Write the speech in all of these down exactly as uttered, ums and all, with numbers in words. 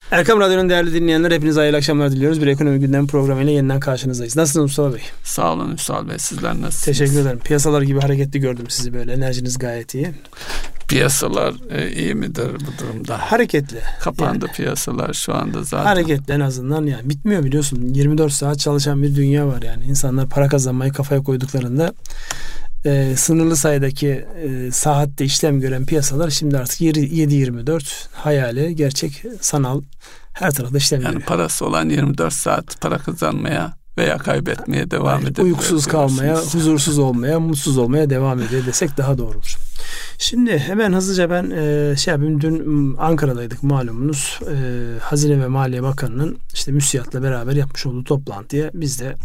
Erkam Radyo'nun değerli dinleyenler, hepinize hayırlı akşamlar diliyoruz. Bir ekonomi gündemi programıyla yeniden karşınızdayız. Nasılsınız Mustafa Bey? Sağ olun Ünsal Bey. Sizler nasılsınız? Teşekkür ederim. Piyasalar gibi hareketli gördüm sizi böyle. Enerjiniz gayet iyi. Piyasalar e, iyi midir bu durumda? Hareketli. Kapandı yani. Piyasalar şu anda zaten. Hareketli en azından yani. Bitmiyor biliyorsun. yirmi dört saat çalışan bir dünya var yani. İnsanlar para kazanmayı kafaya koyduklarında e, sınırlı sayıdaki e, saatte işlem gören piyasalar şimdi artık yedi yirmi dört hayali, gerçek, sanal her tarafta işlem yani görüyor. Parası olan yirmi dört saat para kazanmaya veya kaybetmeye devam yani ediyor. Uykusuz kalmaya, huzursuz olmaya, mutsuz olmaya devam ediyor desek daha doğru olur. Şimdi hemen hızlıca ben e, şey yapayım. Dün Ankara'daydık malumunuz. E, Hazine ve Maliye Bakanı'nın işte MÜSİAD'la beraber yapmış olduğu toplantıya biz de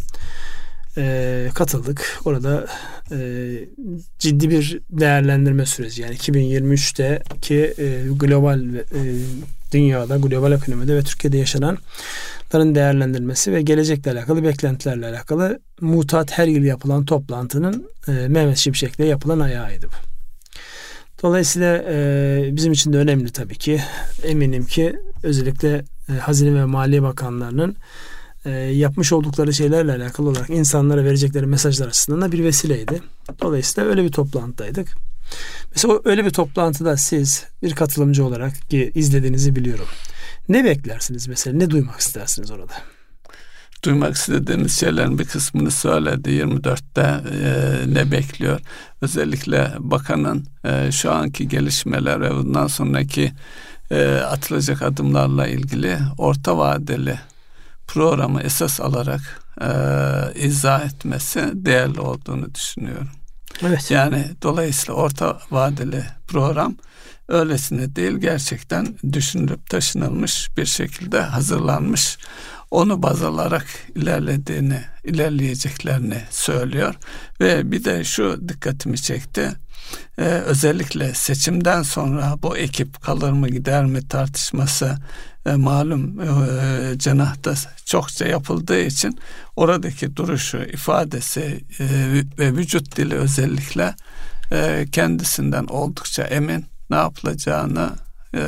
e, katıldık. Orada e, ciddi bir değerlendirme süreci, yani iki bin yirmi üçteki e, global e, dünyada, global ekonomide ve Türkiye'de yaşananların değerlendirmesi ve gelecekle alakalı beklentilerle alakalı mutat her yıl yapılan toplantının e, Mehmet Şimşek'le yapılan ayağıydı bu. Dolayısıyla e, bizim için de önemli tabii ki. Eminim ki özellikle e, Hazine ve Maliye Bakanlarının e, yapmış oldukları şeylerle alakalı olarak insanlara verecekleri mesajlar açısından da bir vesileydi. Dolayısıyla öyle bir toplantıdaydık. Mesela öyle bir toplantıda siz bir katılımcı olarak ki izlediğinizi biliyorum. Ne beklersiniz mesela? Ne duymak istersiniz orada? Duymak istediğimiz şeylerin bir kısmını söyledi. yirmi dörtte e, ne bekliyor? Özellikle bakanın e, şu anki gelişmeler ve bundan sonraki e, atılacak adımlarla ilgili orta vadeli programı esas alarak e, izah etmesi değerli olduğunu düşünüyorum. Evet. Yani dolayısıyla orta vadeli program öylesine değil, gerçekten düşünülüp taşınılmış bir şekilde hazırlanmış. Onu baz alarak ilerlediğini, ilerleyeceklerini söylüyor. Ve bir de şu dikkatimi çekti. Ee, özellikle seçimden sonra bu ekip kalır mı gider mi tartışması e, malum e, cenahta çokça yapıldığı için oradaki duruşu, ifadesi e, ve vücut dili özellikle e, kendisinden oldukça emin, ne yapılacağını e,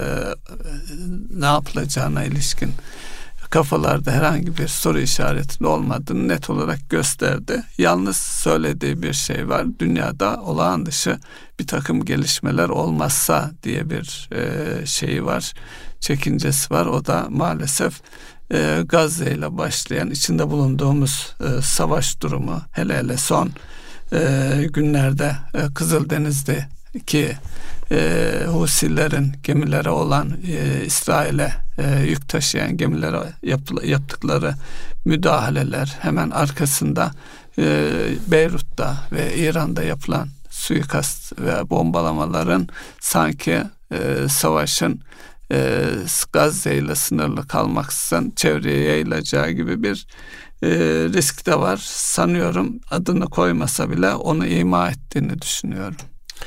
ne yapılacağına ilişkin kafalarda herhangi bir soru işaretinin olmadığını net olarak gösterdi. Yalnız söylediği bir şey var. Dünyada olağan dışı bir takım gelişmeler olmazsa diye bir e, şeyi var. Çekincesi var. O da maalesef e, Gazze ile başlayan içinde bulunduğumuz e, savaş durumu, hele hele son e, günlerde e, Kızıldeniz'deki E, Husilerin gemilere olan e, İsrail'e e, yük taşıyan gemilere yapı, yaptıkları müdahaleler, hemen arkasında e, Beyrut'ta ve İran'da yapılan suikast ve bombalamaların sanki e, savaşın e, Gazze ile sınırlı kalmaksızın çevreye yayılacağı gibi bir e, risk de var. Sanıyorum adını koymasa bile onu ima ettiğini düşünüyorum.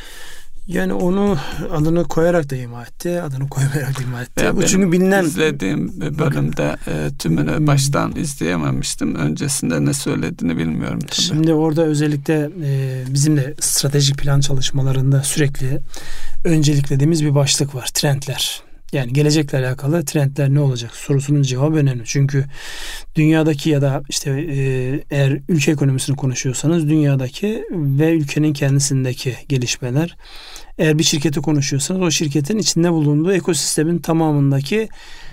Yani onu adını koyarak da ima etti, adını koymayarak da ima etti. Ya bu çünkü bilinen... izlediğim bölümde e, tümünü baştan izleyememiştim. Öncesinde ne söylediğini bilmiyorum tabii. Şimdi orada özellikle e, bizim de stratejik plan çalışmalarında sürekli önceliklediğimiz bir başlık var. Trendler. Yani gelecekle alakalı trendler ne olacak sorusunun cevabı önemli. Çünkü dünyadaki ya da işte e, eğer ülke ekonomisini konuşuyorsanız dünyadaki ve ülkenin kendisindeki gelişmeler, eğer bir şirketi konuşuyorsanız o şirketin içinde bulunduğu ekosistemin tamamındaki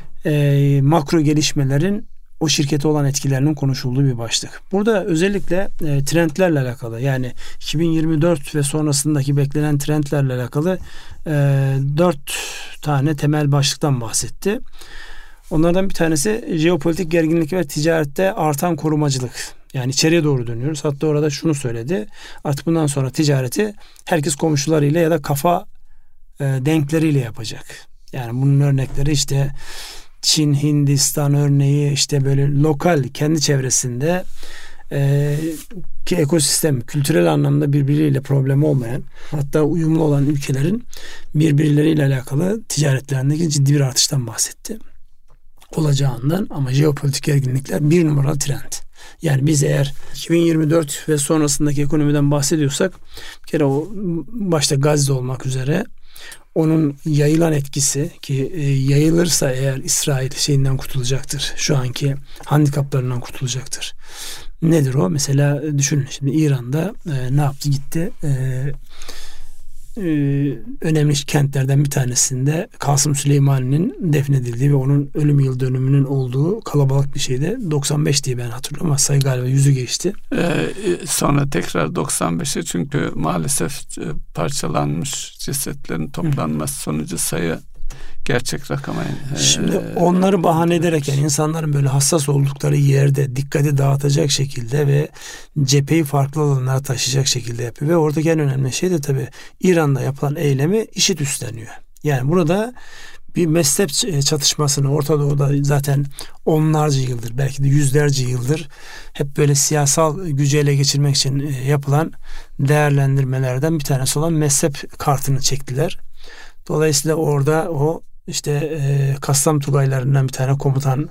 e, makro gelişmelerin o şirkete olan etkilerinin konuşulduğu bir başlık. Burada özellikle e, trendlerle alakalı, yani iki bin yirmi dört ve sonrasındaki beklenen trendlerle alakalı e, dört tane temel başlıktan bahsetti. Onlardan bir tanesi jeopolitik gerginlik ve ticarette artan korumacılık. Yani içeriye doğru dönüyoruz. Hatta orada şunu söyledi. Artık bundan sonra ticareti herkes komşularıyla ya da kafa e, denkleriyle yapacak. Yani bunun örnekleri işte Çin, Hindistan örneği, işte böyle lokal kendi çevresinde e, ki ekosistem kültürel anlamda birbiriyle problemi olmayan, hatta uyumlu olan ülkelerin birbirleriyle alakalı ticaretlerindeki ciddi bir artıştan bahsetti. Olacağından, ama jeopolitik gerginlikler bir numaralı trend. Yani biz eğer iki bin yirmi dört ve sonrasındaki ekonomiden bahsediyorsak bir kere o başta Gazze olmak üzere onun yayılan etkisi ki e, yayılırsa eğer İsrail şeyinden kurtulacaktır. Şu anki handikaplarından kurtulacaktır. Nedir o? Mesela düşünün şimdi İran'da e, ne yaptı? Gitti e, e, önemli kentlerden bir tanesinde Kasım Süleyman'ın defnedildiği ve onun ölüm yıl dönümünün olduğu kalabalık bir şeyde doksan beş diye ben hatırlıyorum ama sayı galiba yüzü geçti. Ee, sonra tekrar doksan beşe çünkü maalesef parçalanmış cesetlerin toplanması sonucu sayı gerçek rakama. Şimdi onları bahane ederek yani insanların böyle hassas oldukları yerde dikkati dağıtacak şekilde ve cepheyi farklı alanlara taşıyacak şekilde yapıyor. Ve oradaki en önemli şey de tabii İran'da yapılan eylemi IŞİD üstleniyor. Yani burada bir mezhep çatışmasını Orta Doğu'da zaten onlarca yıldır belki de yüzlerce yıldır hep böyle siyasal gücü ele geçirmek için yapılan değerlendirmelerden bir tanesi olan mezhep kartını çektiler. Dolayısıyla orada o işte e, Kassam Tugaylarından bir tane komutan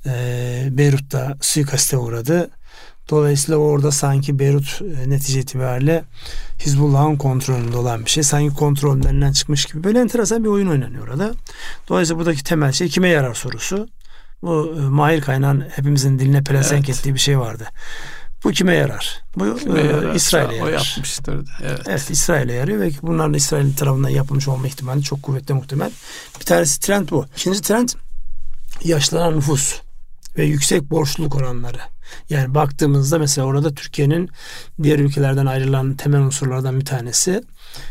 e, Beyrut'ta suikaste uğradı. Dolayısıyla orada sanki Beyrut e, netice itibariyle Hizbullah'ın kontrolünde olan bir şey. Sanki kontrollerinden çıkmış gibi. Böyle enteresan bir oyun oynanıyor orada. Dolayısıyla buradaki temel şey kime yarar sorusu. Bu e, Mahir Kaynağ'ın hepimizin diline pelesenk evet. ettiği bir şey vardı. Bu kime yarar? Bu kime e, İsrail'e yarar. O yapmıştır. Evet. Evet, İsrail'e yarıyor ve bunların İsrail tarafından yapılmış olma ihtimali çok kuvvetli muhtemel. Bir tanesi trend bu. İkinci trend yaşlanan nüfus ve yüksek borçluluk oranları. Yani baktığımızda mesela orada Türkiye'nin diğer ülkelerden ayrılan temel unsurlardan bir tanesi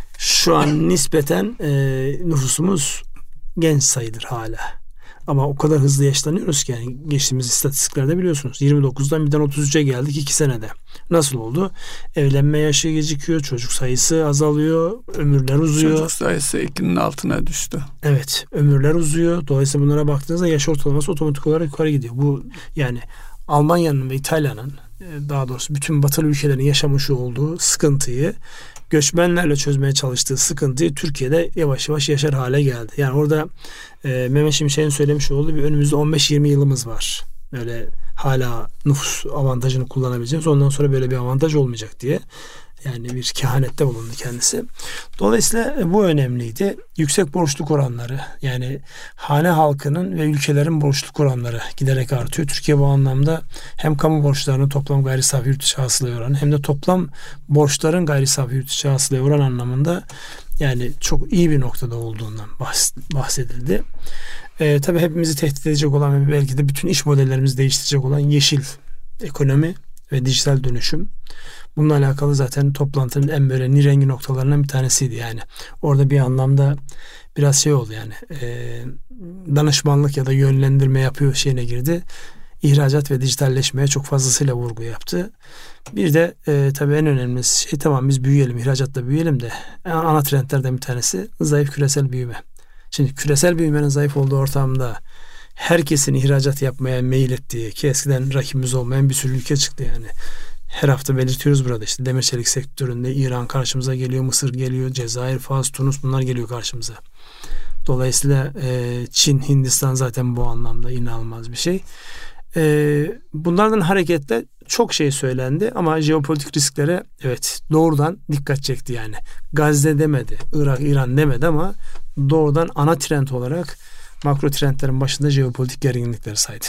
şu an nispeten e, nüfusumuz genç sayıdır hala. Ama o kadar hızlı yaşlanıyoruz ki yani geçtiğimiz istatistiklerde biliyorsunuz yirmi dokuzdan birden otuz üçe geldik iki senede. Nasıl oldu? Evlenme yaşı gecikiyor, çocuk sayısı azalıyor, ömürler uzuyor. Çocuk sayısı ikinin altına düştü. Evet, ömürler uzuyor. Dolayısıyla bunlara baktığınızda yaş ortalaması otomatik olarak yukarı gidiyor. Bu yani Almanya'nın ve İtalya'nın daha doğrusu bütün batılı ülkelerin yaşamış olduğu sıkıntıyı göçmenlerle çözmeye çalıştığı sıkıntıyı Türkiye'de yavaş yavaş yaşar hale geldi. Yani orada e, Mehmet Şimşek'in söylemiş olduğu bir önümüzde on beş yirmi yılımız var. Öyle hala nüfus avantajını kullanabileceğiz. Ondan sonra böyle bir avantaj olmayacak diye. Yani bir kehanette bulundu kendisi. Dolayısıyla bu önemliydi. Yüksek borçluk oranları yani hane halkının ve ülkelerin borçluk oranları giderek artıyor. Türkiye bu anlamda hem kamu borçlarının toplam gayri safi yurt içi hasılaya oranı hem de toplam borçların gayri safi yurt içi hasılaya oran anlamında yani çok iyi bir noktada olduğundan bahsedildi. Ee, tabii hepimizi tehdit edecek olan ve belki de bütün iş modellerimizi değiştirecek olan yeşil ekonomi ve dijital dönüşüm. Bununla alakalı zaten toplantının en böyle nirengi noktalarından bir tanesiydi yani. Orada bir anlamda biraz şey oldu yani e, danışmanlık ya da yönlendirme yapıyor şeyine girdi. İhracat ve dijitalleşmeye çok fazlasıyla vurgu yaptı. Bir de e, tabii en önemli şey tamam biz büyüyelim, ihracatta büyüyelim de ana trendlerden bir tanesi zayıf küresel büyüme. Şimdi küresel büyümenin zayıf olduğu ortamda herkesin ihracat yapmaya meyil ettiği ki eskiden rakibimiz olmayan bir sürü ülke çıktı yani. Her hafta belirtiyoruz burada işte demir çelik sektöründe İran karşımıza geliyor, Mısır geliyor, Cezayir, Fas, Tunus bunlar geliyor karşımıza. Dolayısıyla e, Çin, Hindistan zaten bu anlamda inanılmaz bir şey. E, bunlardan hareketle çok şey söylendi ama jeopolitik risklere evet doğrudan dikkat çekti yani. Gazze demedi, Irak, İran demedi ama doğrudan ana trend olarak makro trendlerin başında jeopolitik gerginlikleri saydı.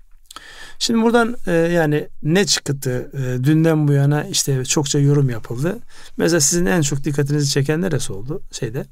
Şimdi buradan e, yani ne çıktı e, dünden bu yana işte çokça yorum yapıldı. Mesela sizin en çok dikkatinizi çeken neresi oldu şeyde?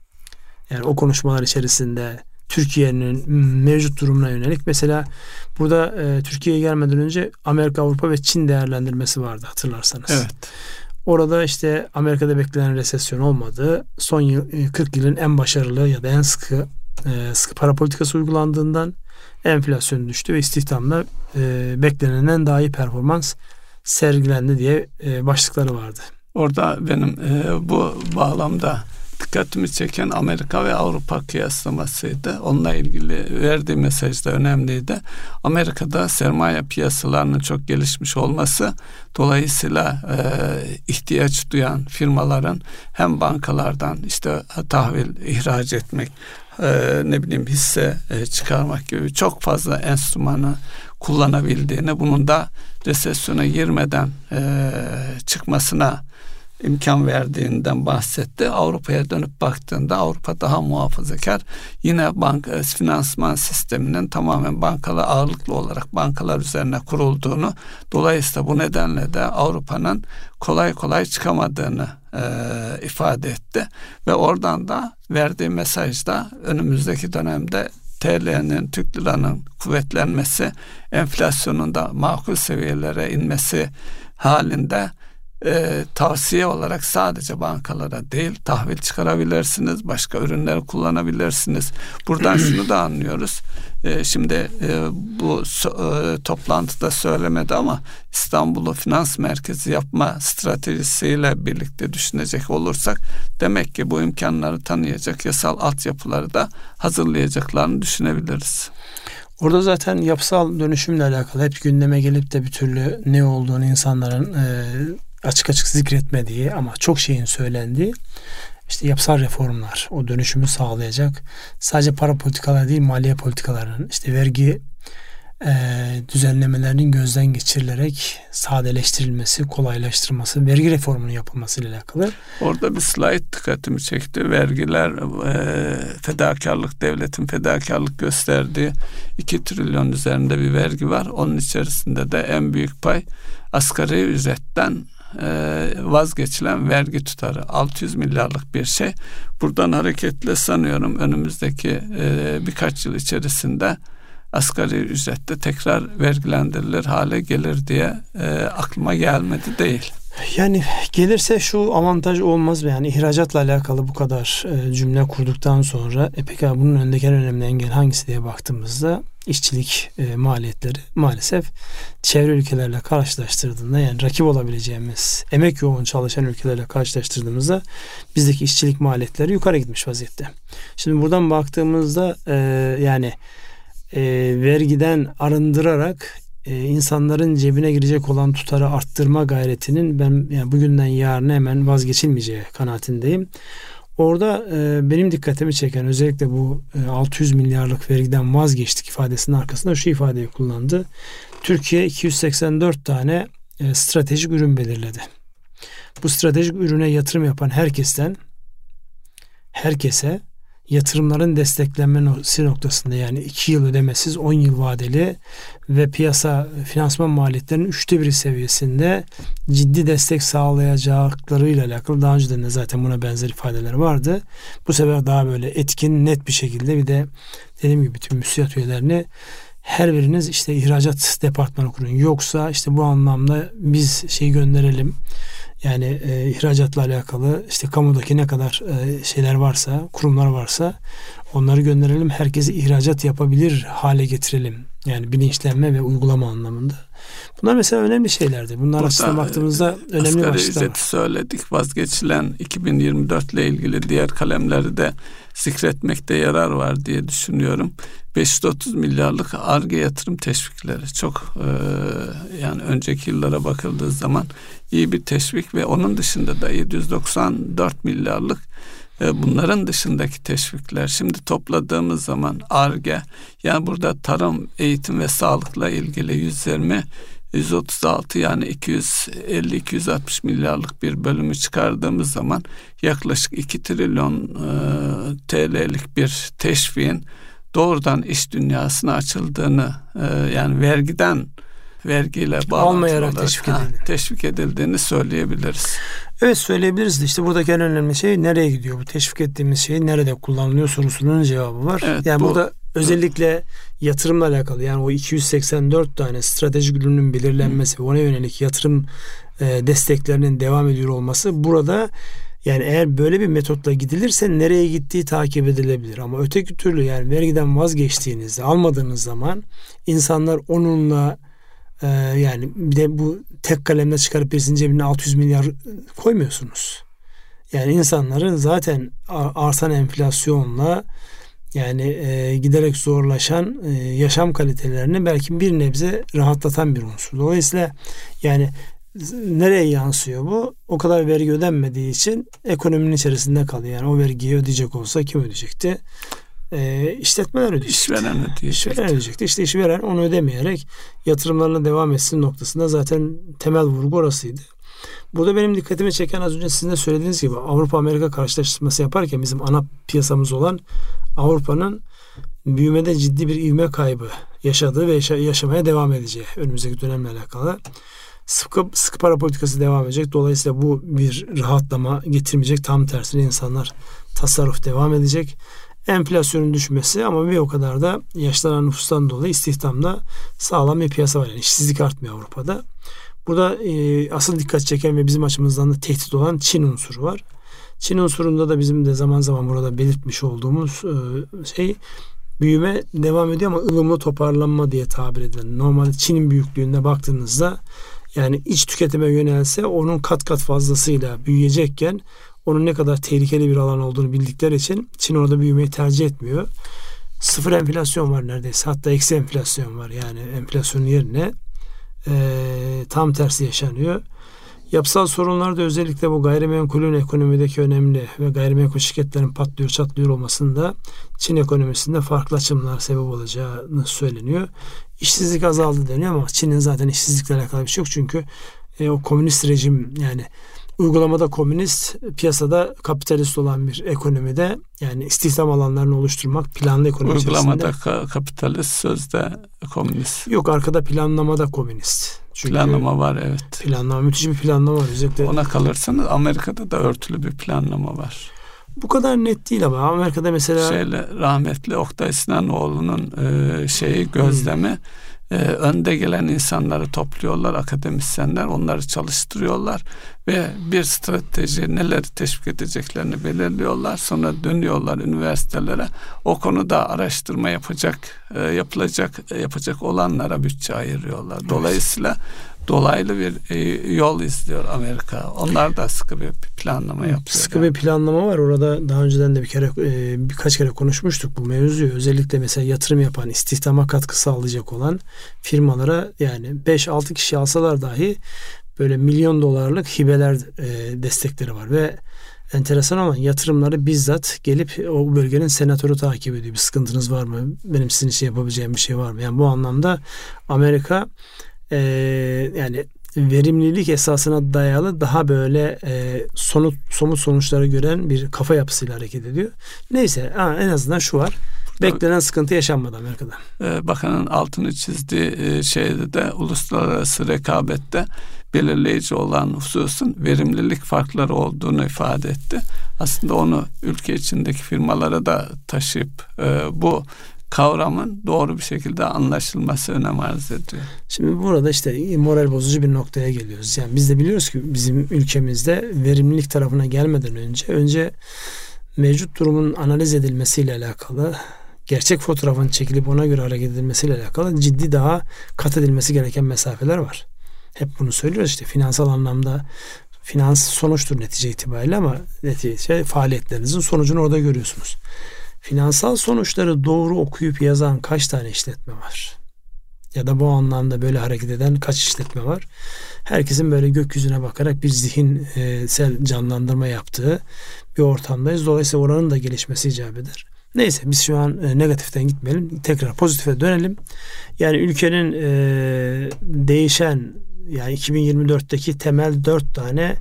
Yani o konuşmalar içerisinde Türkiye'nin mevcut durumuna yönelik mesela burada e, Türkiye'ye gelmeden önce Amerika, Avrupa ve Çin değerlendirmesi vardı hatırlarsanız. Evet. Orada işte Amerika'da beklenen resesyon olmadığı, son yıl, kırk yılın en başarılı ya da en sıkı e, sıkı para politikası uygulandığından enflasyon düştü ve istihdamda e, beklenenden daha iyi performans sergilendi diye e, başlıkları vardı. Orada benim e, bu bağlamda dikkatimi çeken Amerika ve Avrupa kıyaslamasıydı. Onunla ilgili verdiği mesaj da önemliydi. Amerika'da sermaye piyasalarının çok gelişmiş olması dolayısıyla e, ihtiyaç duyan firmaların hem bankalardan işte tahvil ihraç etmek, e, ne bileyim hisse e, çıkarmak gibi çok fazla enstrümanı kullanabildiğini, bunun da resesyona girmeden e, çıkmasına imkan verdiğinden bahsetti. Avrupa'ya dönüp baktığında Avrupa daha muhafazakar. Yine banka finansman sisteminin tamamen bankalar ağırlıklı olarak bankalar üzerine kurulduğunu, dolayısıyla bu nedenle de Avrupa'nın kolay kolay çıkamadığını e, ifade etti ve oradan da verdiği mesajda önümüzdeki dönemde T L'nin, Türk liranın kuvvetlenmesi, enflasyonun da makul seviyelere inmesi halinde e, tavsiye olarak sadece bankalara değil, tahvil çıkarabilirsiniz, başka ürünleri kullanabilirsiniz. Buradan şunu da anlıyoruz. E, şimdi e, bu e, toplantıda söylemedi ama İstanbul'u finans merkezi yapma stratejisiyle birlikte düşünecek olursak demek ki bu imkanları tanıyacak yasal altyapıları da hazırlayacaklarını düşünebiliriz. Orada zaten yapısal dönüşümle alakalı hep gündeme gelip de bir türlü ne olduğunu insanların e, açık açık zikretmediği ama çok şeyin söylendiği işte yapısal reformlar, o dönüşümü sağlayacak. Sadece para politikaları değil, maliye politikalarının, işte vergi e, düzenlemelerinin gözden geçirilerek sadeleştirilmesi, kolaylaştırılması, vergi reformunun yapılması ile alakalı. Orada bir slide dikkatimi çekti. Vergiler, e, fedakarlık, devletin fedakarlık gösterdiği iki trilyon üzerinde bir vergi var. Onun içerisinde de en büyük pay asgari ücretten vazgeçilen vergi tutarı altı yüz milyarlık bir şey. Buradan hareketle sanıyorum önümüzdeki e, birkaç yıl içerisinde asgari ücrette tekrar vergilendirilir hale gelir diye e, aklıma gelmedi değil. Yani gelirse şu avantaj olmaz mı? Yani ihracatla alakalı bu kadar e, cümle kurduktan sonra e peki bunun önündeki en önemli engel hangisi diye baktığımızda işçilik e, maliyetleri maalesef çevre ülkelerle karşılaştırdığında, yani rakip olabileceğimiz emek yoğun çalışan ülkelerle karşılaştırdığımızda bizdeki işçilik maliyetleri yukarı gitmiş vaziyette. Şimdi buradan baktığımızda e, yani e, vergiden arındırarak e, insanların cebine girecek olan tutarı arttırma gayretinin ben yani bugünden yarına hemen vazgeçilmeyeceği kanaatindeyim. Orada e, benim dikkatimi çeken özellikle bu e, altı yüz milyarlık vergiden vazgeçtik ifadesinin arkasında şu ifadeyi kullandı. Türkiye iki yüz seksen dört tane e, stratejik ürün belirledi. Bu stratejik ürüne yatırım yapan herkesten herkese yatırımların desteklenmesi noktasında, yani iki yıl ödemesiz on yıl vadeli ve piyasa finansman maliyetlerinin üçte biri seviyesinde ciddi destek sağlayacaklarıyla alakalı daha önceden de zaten buna benzer ifadeler vardı. Bu sefer daha böyle etkin, net bir şekilde, bir de dediğim gibi tüm müsiyat üyelerini her biriniz işte ihracat departmanı kurun. Yoksa işte bu anlamda biz şey gönderelim. Yani e, ihracatla alakalı işte kamudaki ne kadar e, şeyler varsa, kurumlar varsa onları gönderelim. Herkesi ihracat yapabilir hale getirelim. Yani bilinçlenme ve uygulama anlamında. Bunlar mesela önemli şeylerdi. Bunlar burada aslında baktığımızda önemli başlıklar. Asgari ücreti söyledik. Vazgeçilen iki bin yirmi dört ile ilgili diğer kalemleri de zikretmekte yarar var diye düşünüyorum. beş yüz otuz milyarlık Ar-Ge yatırım teşvikleri çok e, yani önceki yıllara bakıldığı zaman iyi bir teşvik ve onun dışında da yedi yüz doksan dört milyarlık e, bunların dışındaki teşvikler. Şimdi topladığımız zaman Ar-Ge, yani burada tarım, eğitim ve sağlıkla ilgili yüz yirmi yüz otuz altı yani iki yüz elli iki yüz altmış milyarlık bir bölümü çıkardığımız zaman yaklaşık iki trilyon e, T L'lik bir teşviğin doğrudan iş dünyasına açıldığını e, yani vergiden vergiyle almayarak olarak, teşvik, ha, teşvik edildiğini söyleyebiliriz. Evet, söyleyebiliriz de işte buradaki en önemli şey nereye gidiyor bu teşvik ettiğimiz şey, nerede kullanılıyor sorusunun cevabı var. Evet, yani bu, burada özellikle yatırımla alakalı, yani o iki yüz seksen dört tane stratejik ürünün belirlenmesi ve ona yönelik yatırım e, desteklerinin devam ediyor olması burada, yani eğer böyle bir metotla gidilirse nereye gittiği takip edilebilir. Ama öteki türlü, yani vergiden vazgeçtiğinizde, almadığınız zaman insanlar onunla e, yani bir de bu tek kalemle çıkarıp birisinin cebine altı yüz milyar koymuyorsunuz. Yani insanların zaten artan enflasyonla yani e, giderek zorlaşan e, yaşam kalitelerini belki bir nebze rahatlatan bir unsur. Dolayısıyla yani nereye yansıyor bu? O kadar vergi ödenmediği için ekonominin içerisinde kalıyor. Yani o vergiyi ödeyecek olsa kim ödeyecekti? E, işletmeler ödeyecekti. İşveren ödeyecekti. İşveren ödeyecekti. İşte işveren onu ödemeyerek yatırımlarına devam etsin noktasında zaten temel vurgu orasıydı. Burada benim dikkatimi çeken, az önce sizin de söylediğiniz gibi, Avrupa-Amerika karşılaştırması yaparken bizim ana piyasamız olan Avrupa'nın büyümede ciddi bir ivme kaybı yaşadığı ve yaşa- yaşamaya devam edeceği önümüzdeki dönemle alakalı. Sıkı, sıkı para politikası devam edecek. Dolayısıyla bu bir rahatlama getirmeyecek. Tam tersine insanlar tasarruf devam edecek. Enflasyonun düşmesi ama bir o kadar da yaşlanan nüfustan dolayı istihdamda sağlam bir piyasa var. Yani işsizlik artmıyor Avrupa'da. Burada e, asıl dikkat çeken ve bizim açımızdan da tehdit olan Çin unsuru var. Çin unsurunda da bizim de zaman zaman burada belirtmiş olduğumuz e, şey, büyüme devam ediyor ama ılımlı toparlanma diye tabir edilen. Normalde Çin'in büyüklüğünde baktığınızda, yani iç tüketime yönelse onun kat kat fazlasıyla büyüyecekken onun ne kadar tehlikeli bir alan olduğunu bildikleri için Çin orada büyümeyi tercih etmiyor. Sıfır enflasyon var neredeyse. Hatta eksi enflasyon var. Yani enflasyonun yerine e, tam tersi yaşanıyor. Yapısal sorunlar da özellikle bu gayrimenkulün ekonomideki önemli ve gayrimenkul şirketlerin patlıyor çatlıyor olmasında Çin ekonomisinde farklı açımlar sebep olacağını söyleniyor. İşsizlik azaldı deniyor ama Çin'in zaten işsizlikle alakalı bir şey yok. Çünkü e, o komünist rejim, yani uygulamada komünist, piyasada kapitalist olan bir ekonomide, yani istihdam alanlarını oluşturmak planlı ekonomi uygulamada içerisinde. ka- kapitalist, sözde komünist. Yok, arkada planlamada komünist. Çünkü planlama var, evet. Planlama, müthiş bir planlama var. Özellikle ona kalırsanız Amerika'da da örtülü bir planlama var. Bu kadar net değil ama Amerika'da mesela Şeyle, rahmetli Oktay Sinanoğlu'nun e, şeyi gözlemi hmm. e, önde gelen insanları topluyorlar, akademisyenler, onları çalıştırıyorlar ve bir strateji, neleri teşvik edeceklerini belirliyorlar. Sonra dönüyorlar üniversitelere, o konuda araştırma yapacak, e, yapılacak, e, yapacak olanlara bütçe ayırıyorlar. Dolayısıyla dolaylı bir e, yol izliyor Amerika. Onlar da sıkı bir planlama yapıyor. Sıkı yani. bir planlama var. Orada daha önceden de bir kere e, birkaç kere konuşmuştuk bu mevzuyu. Özellikle mesela yatırım yapan, istihdama katkı sağlayacak olan firmalara, yani beş altı kişi alsalar dahi böyle milyon dolarlık hibeler e, destekleri var ve enteresan olan, yatırımları bizzat gelip o bölgenin senatörü takip ediyor. Bir sıkıntınız var mı? Benim sizin için yapabileceğim bir şey var mı? Yani bu anlamda Amerika Ee, yani verimlilik esasına dayalı daha böyle e, somut, somut sonuçları gören bir kafa yapısıyla hareket ediyor. Neyse, ha, en azından şu var. Beklenen sıkıntı yaşanmadı Amerika'da. E, bakanın altını çizdiği e, şeyde de uluslararası rekabette belirleyici olan hususun verimlilik farkları olduğunu ifade etti. Aslında onu ülke içindeki firmalara da taşıyıp e, bu kavramın doğru bir şekilde anlaşılması önem arz ediyor. Şimdi burada işte moral bozucu bir noktaya geliyoruz. Yani biz de biliyoruz ki bizim ülkemizde verimlilik tarafına gelmeden önce önce mevcut durumun analiz edilmesiyle alakalı, gerçek fotoğrafın çekilip ona göre hareket edilmesiyle alakalı ciddi daha kat edilmesi gereken mesafeler var. Hep bunu söylüyoruz işte, finansal anlamda finans sonuçtur netice itibariyle ama netice faaliyetlerinizin sonucunu orada görüyorsunuz. Finansal sonuçları doğru okuyup yazan kaç tane işletme var? Ya da bu anlamda böyle hareket eden kaç işletme var? Herkesin böyle gökyüzüne bakarak bir zihinsel canlandırma yaptığı bir ortamdayız. Dolayısıyla oranın da gelişmesi icap eder. Neyse, biz şu an negatiften gitmeyelim. Tekrar pozitife dönelim. Yani ülkenin e, değişen, yani iki bin yirmi dörtteki temel dört tane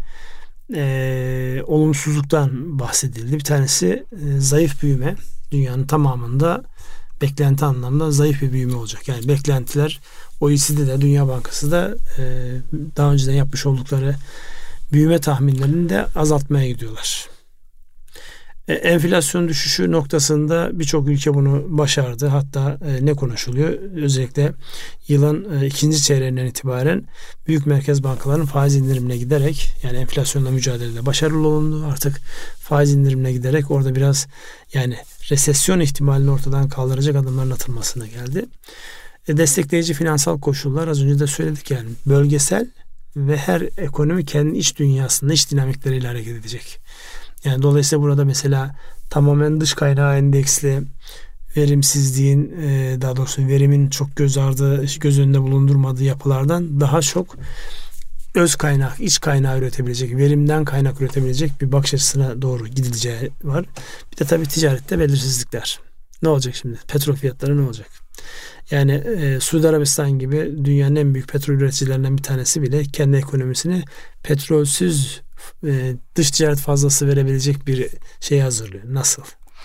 e, olumsuzluktan bahsedildi. Bir tanesi e, zayıf büyüme. Dünyanın tamamında beklenti anlamda zayıf bir büyüme olacak. Yani beklentiler, O E C D'de, Dünya Bankası da e, daha önceden yapmış oldukları büyüme tahminlerini de azaltmaya gidiyorlar. E, enflasyon düşüşü noktasında birçok ülke bunu başardı. Hatta e, ne konuşuluyor? Özellikle yılın e, ikinci çeyreğinden itibaren büyük merkez bankalarının faiz indirimine giderek, yani enflasyonla mücadelede başarılı olundu. Artık faiz indirimine giderek orada biraz, yani resesyon ihtimalini ortadan kaldıracak adımların atılmasına geldi. E, destekleyici finansal koşullar, az önce de söyledik, yani bölgesel ve her ekonomi kendi iç dünyasında iç dinamikleriyle hareket edecek. Yani dolayısıyla burada mesela tamamen dış kaynağı endeksli verimsizliğin, daha doğrusu verimin çok göz ardı, göz önünde bulundurmadığı yapılardan daha çok öz kaynak, iç kaynağı üretebilecek, verimden kaynak üretebilecek bir bakış açısına doğru gidileceği var. Bir de tabii ticarette belirsizlikler. Ne olacak şimdi? Petrol fiyatları ne olacak? Yani e, Suudi Arabistan gibi dünyanın en büyük petrol üreticilerinden bir tanesi bile kendi ekonomisini petrolsüz e, dış ticaret fazlası verebilecek bir şey hazırlıyor. Nasıl?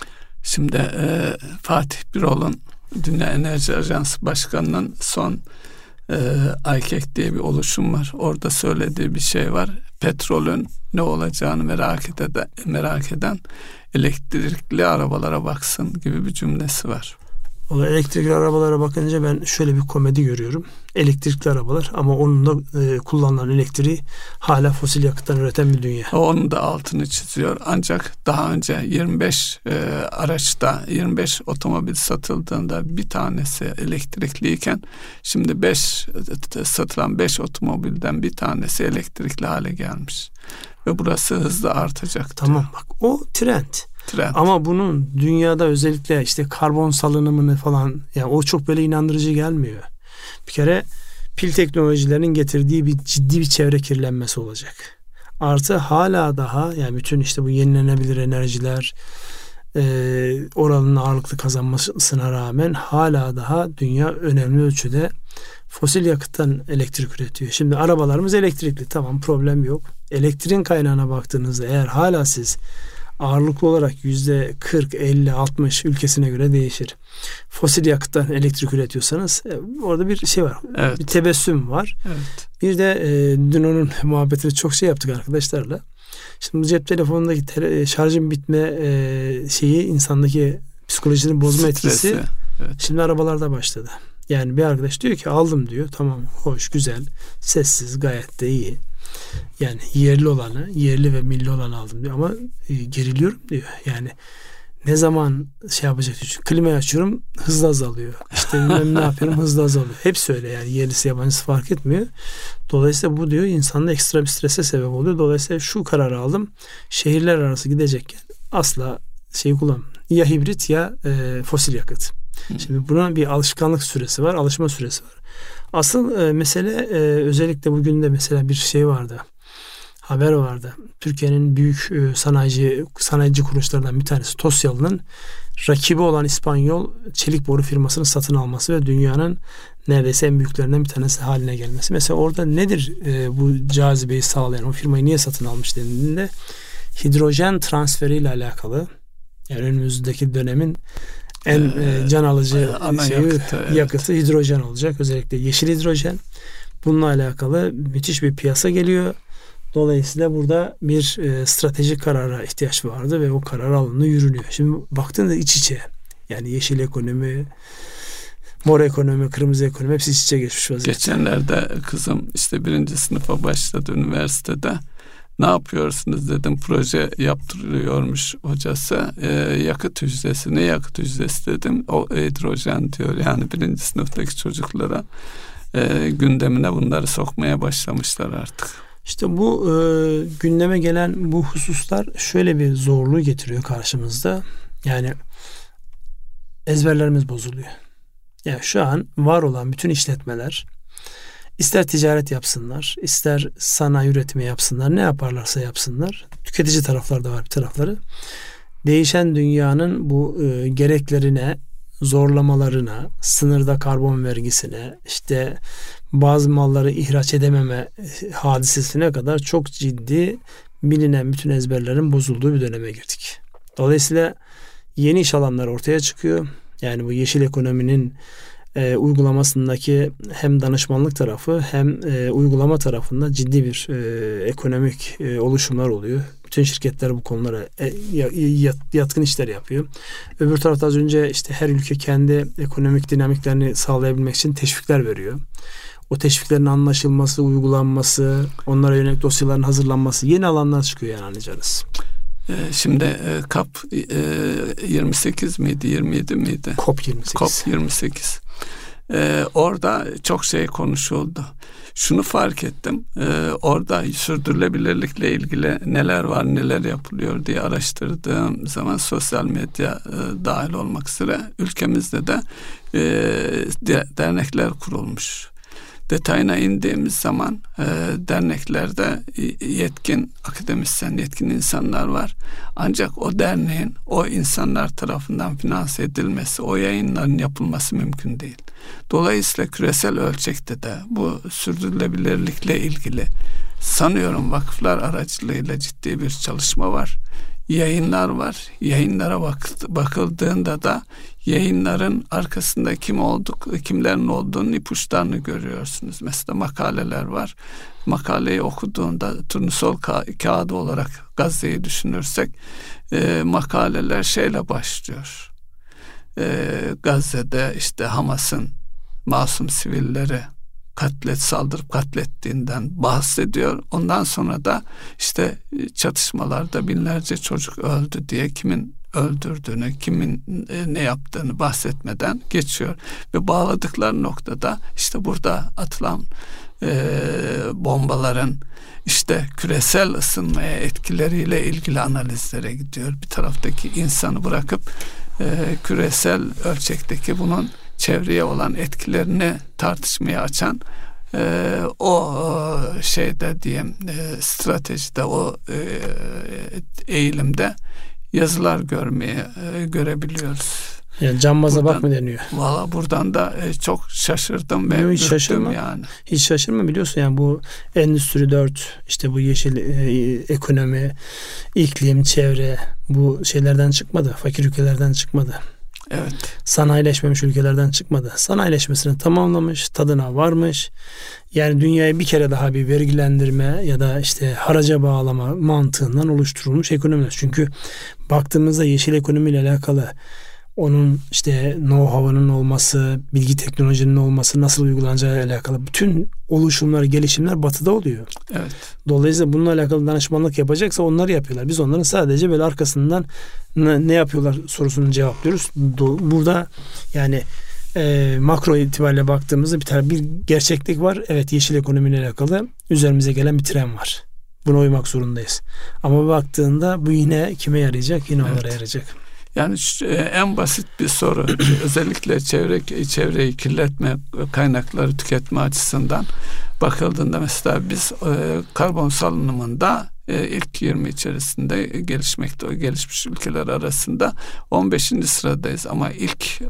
Şimdi e, Fatih Birol'un Dünya Enerji Ajansı Başkanı'nın son e, I C A C diye bir oluşum var. Orada söylediği bir şey var. Petrolün ne olacağını merak eden, merak eden elektrikli arabalara baksın gibi bir cümlesi var. O elektrikli arabalara bakınca ben şöyle bir komedi görüyorum. Elektrikli arabalar ama onun da e, kullanılan elektriği hala fosil yakıttan üreten bir dünya. Onun da altını çiziyor. Ancak daha önce yirmi beş e, araçta yirmi beş otomobil satıldığında bir tanesi elektrikliyken şimdi beş satılan beş otomobilden bir tanesi elektrikli hale gelmiş. Ve burası hızla artacak. Tamam bak o trend. Trend. Ama bunun dünyada özellikle işte karbon salınımını falan yani o çok böyle inandırıcı gelmiyor. Bir kere pil teknolojilerinin getirdiği bir ciddi bir çevre kirlenmesi olacak. Artı hala daha yani bütün işte bu yenilenebilir enerjiler e, oranın ağırlıklı kazanmasına rağmen hala daha dünya önemli ölçüde fosil yakıttan elektrik üretiyor. Şimdi arabalarımız elektrikli, tamam, problem yok. Elektriğin kaynağına baktığınızda eğer hala siz ağırlıklı olarak yüzde kırk, elli, altmış ülkesine göre değişir. Fosil yakıttan elektrik üretiyorsanız orada bir şey var. Evet. Bir tebessüm var. Evet. Bir de e, dün onun muhabbetini çok şey yaptık arkadaşlarla. Şimdi bu cep telefonundaki tele, şarjın bitme e, şeyi insandaki psikolojinin bozma Stresi. etkisi Evet. şimdi arabalarda başladı. Yani bir arkadaş diyor ki aldım diyor. Tamam, hoş, güzel, sessiz, gayet de iyi. Yani yerli olanı, yerli ve milli olanı aldım diyor ama e, geriliyorum diyor. Yani ne zaman şey yapacak diyor. Klimayı açıyorum, hızlı azalıyor. İşte bilmem ne yapıyorum, hızlı azalıyor. Hepsi öyle yani, yerlisi yabancısı fark etmiyor. Dolayısıyla bu diyor insanda ekstra bir strese sebep oluyor. Dolayısıyla şu kararı aldım. Şehirler arası gidecekken asla şey kullan. Ya hibrit ya e, fosil yakıt. Şimdi buna bir alışkanlık süresi var, alışma süresi var. Asıl e, mesele e, özellikle bugün de mesela bir şey vardı. Haber vardı. Türkiye'nin büyük e, sanayici sanayici kuruluşlarından bir tanesi Tosyalı'nın rakibi olan İspanyol çelik boru firmasını satın alması ve dünyanın neredeyse en büyüklerinden bir tanesi haline gelmesi. Mesela orada nedir e, bu cazibeyi sağlayan, o firmayı niye satın almış denildiğinde hidrojen transferiyle alakalı, yani önümüzdeki dönemin en e, can alıcı ana şeyi, yakıtı, evet. yakıtı hidrojen olacak. Özellikle yeşil hidrojen. Bununla alakalı müthiş bir piyasa geliyor. Dolayısıyla burada bir e, stratejik karara ihtiyaç vardı ve o karar alındı, yürünüyor. Şimdi baktığında iç içe. Yani yeşil ekonomi, mor ekonomi, kırmızı ekonomi hepsi iç içe geçmiş vaziyette. Geçenlerde kızım işte birinci sınıfa başladı üniversitede. Ne yapıyorsunuz dedim, proje yaptırıyormuş hocası. Ee, yakıt hücresi, ne yakıt hücresi dedim. O hidrojen diyor, yani birinci sınıftaki çocuklara e, gündemine bunları sokmaya başlamışlar artık. İşte bu e, gündeme gelen bu hususlar şöyle bir zorluğu getiriyor karşımızda. Yani ezberlerimiz bozuluyor. Yani şu an var olan bütün işletmeler İster ticaret yapsınlar, ister sanayi üretimi yapsınlar, ne yaparlarsa yapsınlar. Tüketici tarafları da var, bir tarafları. Değişen dünyanın bu e, gereklerine, zorlamalarına, sınırda karbon vergisine, işte bazı malları ihraç edememe hadisesine kadar çok ciddi bilinen bütün ezberlerin bozulduğu bir döneme girdik. Dolayısıyla yeni iş alanları ortaya çıkıyor. Yani bu yeşil ekonominin E, uygulamasındaki hem danışmanlık tarafı hem e, uygulama tarafında ciddi bir e, ekonomik e, oluşumlar oluyor. Bütün şirketler bu konulara e, yat, yatkın işler yapıyor. Öbür tarafta az önce işte her ülke kendi ekonomik dinamiklerini sağlayabilmek için teşvikler veriyor. O teşviklerin anlaşılması, uygulanması, onlara yönelik dosyaların hazırlanması, yeni alanlar çıkıyor yani anlayacağınız. Şimdi COP yirmi sekiz miydi, yirmi yedi miydi? COP yirmi sekiz. COP yirmi sekiz. Ee, orada çok şey konuşuldu. Şunu fark ettim. Ee, orada sürdürülebilirlikle ilgili neler var, neler yapılıyor diye araştırdığım zaman sosyal medya e, dahil olmak üzere ülkemizde de e, de, dernekler kurulmuş. Detayına indiğimiz zaman e, derneklerde yetkin akademisyen, yetkin insanlar var. Ancak o derneğin o insanlar tarafından finanse edilmesi, o yayınların yapılması mümkün değil. Dolayısıyla küresel ölçekte de bu sürdürülebilirlikle ilgili sanıyorum vakıflar aracılığıyla ciddi bir çalışma var. Yayınlar var. Yayınlara bak, bakıldığında da yayınların arkasında kim olduk, kimlerin olduğunun ipuçlarını görüyorsunuz. Mesela makaleler var. Makaleyi okuduğunda turnusol ka- kağıdı olarak Gazze'yi düşünürsek e, makaleler şeyle başlıyor. E, Gazze'de işte Hamas'ın masum sivilleri katlet saldırıp katlettiğinden bahsediyor. Ondan sonra da işte çatışmalarda binlerce çocuk öldü diye kimin öldürdüğünü, kimin ne yaptığını bahsetmeden geçiyor. Ve bağladıkları noktada işte burada atılan e, bombaların işte küresel ısınmaya etkileriyle ilgili analizlere gidiyor. Bir taraftaki insanı bırakıp e, küresel ölçekteki bunun çevreye olan etkilerini tartışmaya açan e, o şeyde diyeyim e, stratejide, o e, eğilimde yazılar görmeye e, görebiliyoruz. Yani cambaza bak mı deniyor? Valla buradan da e, çok şaşırdım ve hiç şaşırma yani. Hiç şaşırma, biliyorsun yani bu Endüstri dört, işte bu yeşil e, ekonomi, iklim, çevre, bu şeylerden çıkmadı. Fakir ülkelerden çıkmadı. Evet. Sanayileşmemiş ülkelerden çıkmadı. Sanayileşmesini tamamlamış, tadına varmış. Yani dünyayı bir kere daha bir vergilendirme ya da işte haraca bağlama mantığından oluşturulmuş ekonomiler. Çünkü baktığımızda yeşil ekonomiyle alakalı onun işte know-how'ının olması, bilgi teknolojinin olması, nasıl uygulanacağı ile alakalı bütün oluşumlar, gelişimler batıda oluyor. Evet. Dolayısıyla bununla alakalı danışmanlık yapacaksa onları yapıyorlar. Biz onların sadece böyle arkasından ne, ne yapıyorlar sorusunu cevaplıyoruz. Burada yani e, makro itibariyle baktığımızda bir tane bir gerçeklik var. Evet, yeşil ekonomiyle alakalı üzerimize gelen bir tren var. Buna uymak zorundayız. Ama baktığında bu yine kime yarayacak? Yine onlara evet. yarayacak. Yani en basit bir soru, özellikle çevre çevreyi kirletme, kaynakları tüketme açısından bakıldığında mesela biz e, karbon salınımında e, ilk yirmi içerisinde gelişmekte gelişmiş ülkeler arasında on beşinci sıradayız ama ilk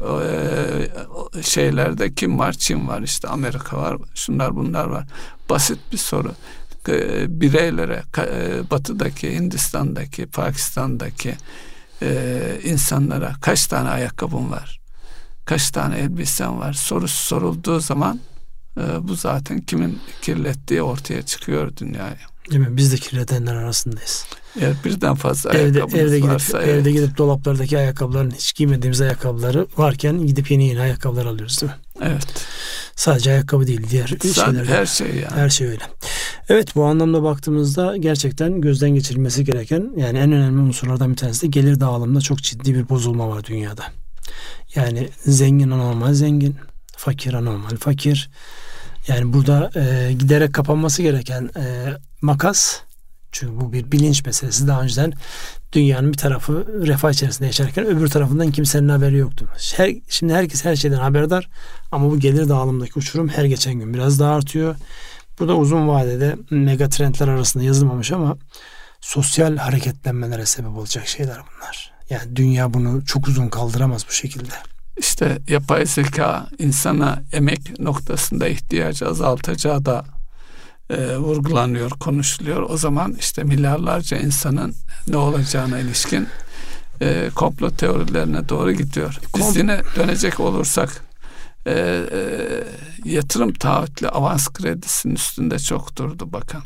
e, şeylerde kim var? Çin var, işte Amerika var, şunlar bunlar var. Basit bir soru. E, bireylere e, batıdaki, Hindistan'daki, Pakistan'daki Ee, insanlara kaç tane ayakkabın var, kaç tane elbisen var sorusu sorulduğu zaman e, bu zaten kimin kirlettiği ortaya çıkıyor dünyaya. Değil mi? Biz de kirletenler arasındayız. Eğer birden fazla evde, ayakkabımız evde gidip, varsa evde evet. gidip dolaplardaki ayakkabıların, hiç giymediğimiz ayakkabıları varken gidip yeni yeni ayakkabılar alıyoruz, değil mi? Evet. Sadece ayakkabı değil, diğer şeyler. Her şey yani. Her şey öyle. Evet, bu anlamda baktığımızda gerçekten gözden geçirilmesi gereken, yani en önemli unsurlardan bir tanesi de gelir dağılımında çok ciddi bir bozulma var dünyada. Yani zengin anormal zengin, fakir anormal fakir. Yani burada e, giderek kapanması gereken e, makas, çünkü bu bir bilinç meselesi. Daha önceden dünyanın bir tarafı refah içerisinde yaşarken öbür tarafından kimsenin haberi yoktu. Her, şimdi herkes her şeyden haberdar ama bu gelir dağılımındaki uçurum her geçen gün biraz daha artıyor. Burada uzun vadede mega trendler arasında yazılmamış ama sosyal hareketlenmelere sebep olacak şeyler bunlar. Yani dünya bunu çok uzun kaldıramaz bu şekilde. İşte yapay zeka insana emek noktasında ihtiyacı azaltacağı da e, vurgulanıyor, konuşuluyor. O zaman işte milyarlarca insanın ne olacağına ilişkin e, komplo teorilerine doğru gidiyor. Biz Kom- yine dönecek olursak e, e, yatırım taahhütlü avans kredisinin üstünde çok durdu bakan.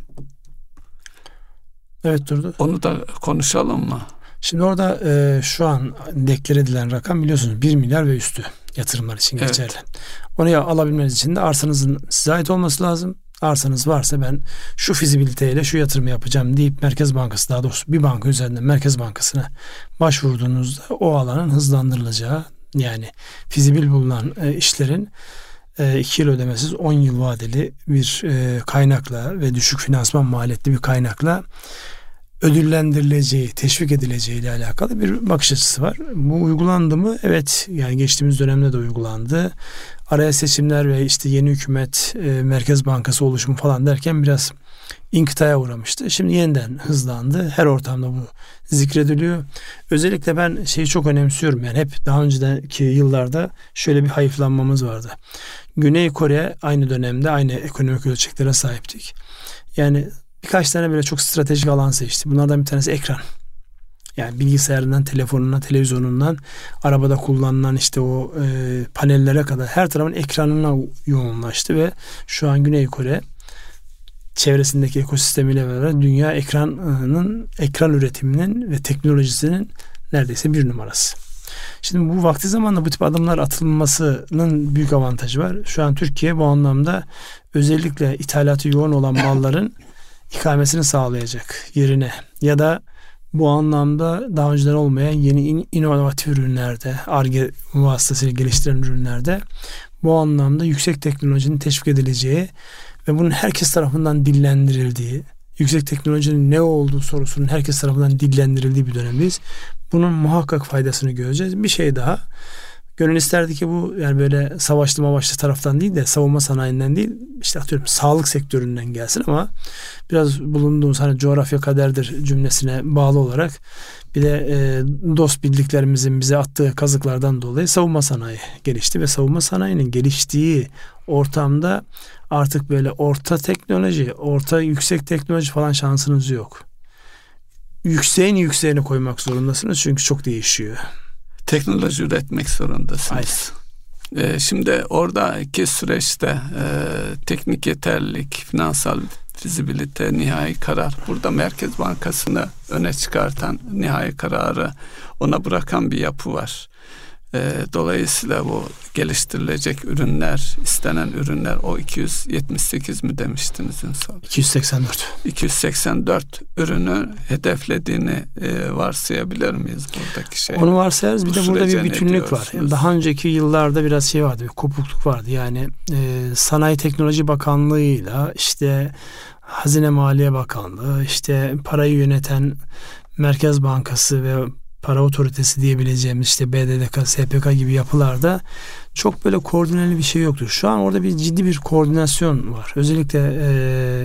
Evet, durdu. Onu da konuşalım mı? Şimdi orada e, şu an deklar edilen rakam biliyorsunuz bir milyar ve üstü yatırımlar için evet. geçerli. Onu alabilmeniz için de arsanızın size ait olması lazım. Arsanız varsa ben şu fizibiliteyle şu yatırımı yapacağım deyip Merkez Bankası, daha doğrusu bir banka üzerinden Merkez Bankası'na başvurduğunuzda o alanın hızlandırılacağı, yani fizibil bulunan e, işlerin e, iki yıl ödemesiz on yıl vadeli bir e, kaynakla ve düşük finansman maliyetli bir kaynakla ödüllendirileceği, teşvik edileceği ile alakalı bir bakış açısı var. Bu uygulandı mı? Evet, yani geçtiğimiz dönemde de uygulandı. Araya seçimler ve işte yeni hükümet, e, Merkez Bankası oluşumu falan derken biraz inkıtaya uğramıştı. Şimdi yeniden hızlandı. Her ortamda bu zikrediliyor. Özellikle ben şeyi çok önemsiyorum. Yani hep daha önceki yıllarda şöyle bir hayıflanmamız vardı. Güney Kore aynı dönemde aynı ekonomik ölçeklere sahiptik. Yani birkaç tane böyle çok stratejik alan seçti. Bunlardan bir tanesi ekran. Yani bilgisayarından, telefonundan, televizyonundan, arabada kullanılan işte o e, panellere kadar her tarafın ekranına yoğunlaştı ve şu an Güney Kore çevresindeki ekosistemiyle beraber dünya ekranının, ekran üretiminin ve teknolojisinin neredeyse bir numarası. Şimdi bu vakti zamanla bu tip adımlar atılmasının büyük avantajı var. Şu an Türkiye bu anlamda özellikle ithalatı yoğun olan malların ikamesini sağlayacak yerine ya da bu anlamda daha önceden olmayan yeni in, inovatif ürünlerde, Ar-Ge vasıtasıyla geliştirilen ürünlerde bu anlamda yüksek teknolojinin teşvik edileceği ve bunun herkes tarafından dillendirildiği, yüksek teknolojinin ne olduğu sorusunun herkes tarafından dillendirildiği bir dönemdeyiz. Bunun muhakkak faydasını göreceğiz. Bir şey daha. Gönül isterdi ki bu yani böyle savaşlı mavaşlı taraftan değil de savunma sanayinden değil, işte atıyorum sağlık sektöründen gelsin ama biraz bulunduğumuz hani coğrafya kaderdir cümlesine bağlı olarak bir de e, dost bildiklerimizin bize attığı kazıklardan dolayı savunma sanayi gelişti ve savunma sanayinin geliştiği ortamda artık böyle orta teknoloji, orta yüksek teknoloji falan şansınız yok. Yükseğin yükseğini koymak zorundasınız çünkü çok değişiyor. Teknoloji üretmek zorundasınız. Ee, şimdi oradaki süreçte e, teknik yeterlilik, finansal fizibilite, nihai karar. Burada Merkez Bankası'nı öne çıkartan, nihai kararı ona bırakan bir yapı var. E, dolayısıyla bu geliştirilecek ürünler, istenen ürünler o iki yüz yetmiş sekiz mi demiştiniz insan? iki yüz seksen dört. iki yüz seksen dört ürünü hedeflediğini e, varsayabilir miyiz buradaki şey? Onu varsayarız. Bir de burada bir bütünlük var. Yani daha önceki yıllarda biraz şey vardı, bir kopukluk vardı. Yani e, Sanayi Teknoloji Bakanlığı'yla işte Hazine Maliye Bakanlığı, işte parayı yöneten Merkez Bankası ve para otoritesi diyebileceğimiz işte B D D K, S P K gibi yapılarda çok böyle koordineli bir şey yoktur. Şu an orada bir ciddi bir koordinasyon var. Özellikle e,